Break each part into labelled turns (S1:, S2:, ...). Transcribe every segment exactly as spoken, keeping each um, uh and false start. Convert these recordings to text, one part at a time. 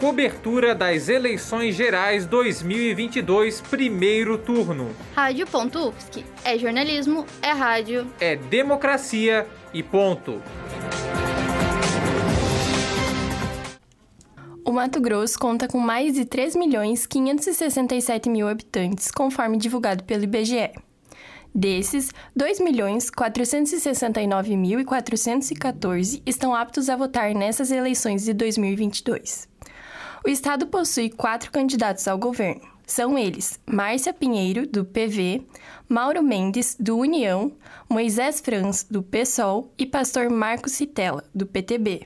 S1: Cobertura das eleições gerais dois mil e vinte e dois, primeiro turno.
S2: Rádio.ufsc. É jornalismo, é rádio.
S1: É democracia e ponto.
S3: O Mato Grosso conta com mais de três milhões quinhentos e sessenta e sete mil habitantes, conforme divulgado pelo I B G E. Desses, dois milhões quatrocentos e sessenta e nove mil quatrocentos e quatorze estão aptos a votar nessas eleições de dois mil e vinte e dois. O estado possui quatro candidatos ao governo. São eles Márcia Pinheiro, do P V, Mauro Mendes, do União, Moisés Franz, do PSOL e pastor Marcos Ritella, do P T B.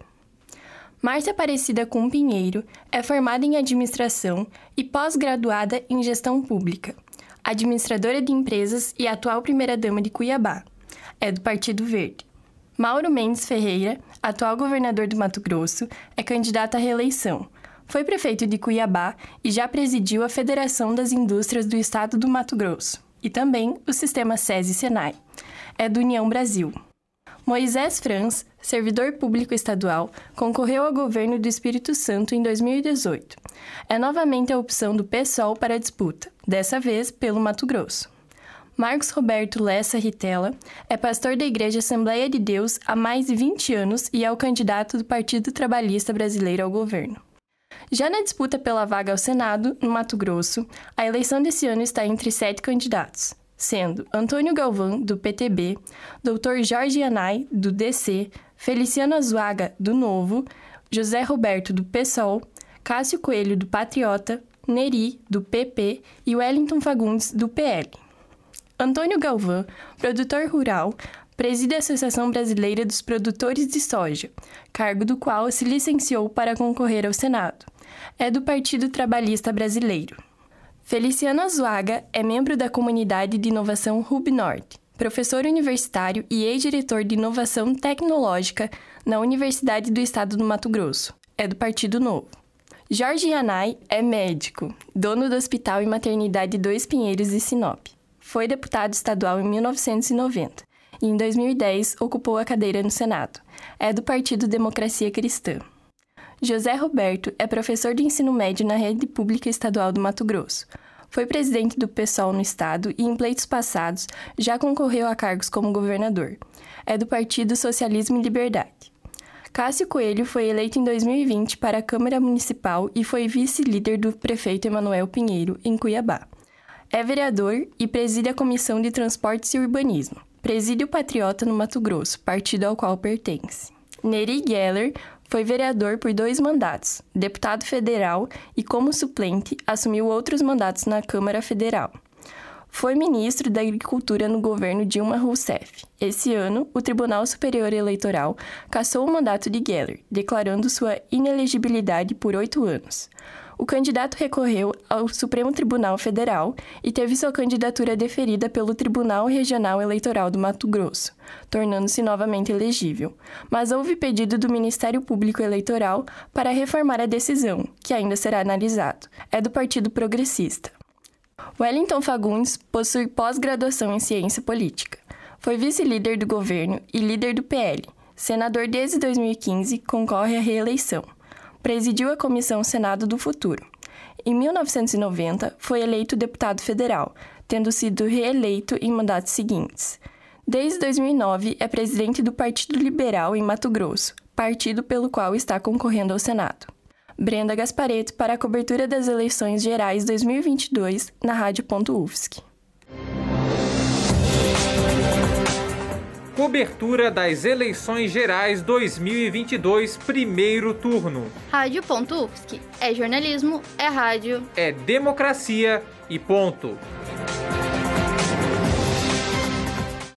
S3: Márcia Aparecida Cum Pinheiro é formada em administração e pós-graduada em gestão pública, administradora de empresas e atual primeira-dama de Cuiabá. É do Partido Verde. Mauro Mendes Ferreira, atual governador do Mato Grosso, é candidato à reeleição. Foi prefeito de Cuiabá e já presidiu a Federação das Indústrias do Estado do Mato Grosso e também o sistema SESI-Senai. É do União Brasil. Moisés Franz, servidor público estadual, concorreu ao governo do Espírito Santo em dois mil e dezoito. É novamente a opção do PSOL para a disputa, dessa vez pelo Mato Grosso. Marcos Roberto Lessa Ritella é pastor da Igreja Assembleia de Deus há mais de vinte anos e é o candidato do Partido Trabalhista Brasileiro ao governo. Já na disputa pela vaga ao Senado, no Mato Grosso, a eleição desse ano está entre sete candidatos, sendo Antônio Galvão, do P T B, doutor Jorge Yanai, do D C, Feliciano Azuaga, do Novo, José Roberto, do PSOL, Cássio Coelho, do Patriota, Neri, do P P e Wellington Fagundes, do P L. Antônio Galvão, produtor rural, preside a Associação Brasileira dos Produtores de Soja, cargo do qual se licenciou para concorrer ao Senado. É do Partido Trabalhista Brasileiro. Feliciano Azuaga é membro da comunidade de inovação RubNord, professor universitário e ex-diretor de inovação tecnológica na Universidade do Estado do Mato Grosso. É do Partido Novo. Jorge Yanai é médico, dono do Hospital e Maternidade Dois Pinheiros de Sinop. Foi deputado estadual em mil novecentos e noventa e em dois mil e dez ocupou a cadeira no Senado. É do Partido Democracia Cristã. José Roberto é professor de ensino médio na Rede Pública Estadual do Mato Grosso. Foi presidente do PSOL no estado e, em pleitos passados, já concorreu a cargos como governador. É do Partido Socialismo e Liberdade. Cássio Coelho foi eleito em dois mil e vinte para a Câmara Municipal e foi vice-líder do prefeito Emanuel Pinheiro, em Cuiabá. É vereador e preside a Comissão de Transportes e Urbanismo. Preside o Patriota no Mato Grosso, partido ao qual pertence. Neri Geller foi vereador por dois mandatos, deputado federal e, como suplente, assumiu outros mandatos na Câmara Federal. Foi ministro da Agricultura no governo Dilma Rousseff. Esse ano, o Tribunal Superior Eleitoral cassou o mandato de Geller, declarando sua inelegibilidade por oito anos. O candidato recorreu ao Supremo Tribunal Federal e teve sua candidatura deferida pelo Tribunal Regional Eleitoral do Mato Grosso, tornando-se novamente elegível. Mas houve pedido do Ministério Público Eleitoral para reformar a decisão, que ainda será analisado. É do Partido Progressista. Wellington Fagundes possui pós-graduação em Ciência Política. Foi vice-líder do governo e líder do P L. Senador desde dois mil e quinze, concorre à reeleição. Presidiu a Comissão Senado do Futuro. Em mil novecentos e noventa, foi eleito deputado federal, tendo sido reeleito em mandatos seguintes. Desde dois mil e nove, é presidente do Partido Liberal em Mato Grosso, partido pelo qual está concorrendo ao Senado. Brenda Gasparetto para a cobertura das eleições gerais dois mil e vinte e dois na Rádio.ufsc.
S1: Cobertura das eleições gerais dois mil e vinte e dois, primeiro turno.
S2: Rádio.ufsc. É jornalismo, é rádio.
S1: É democracia e ponto.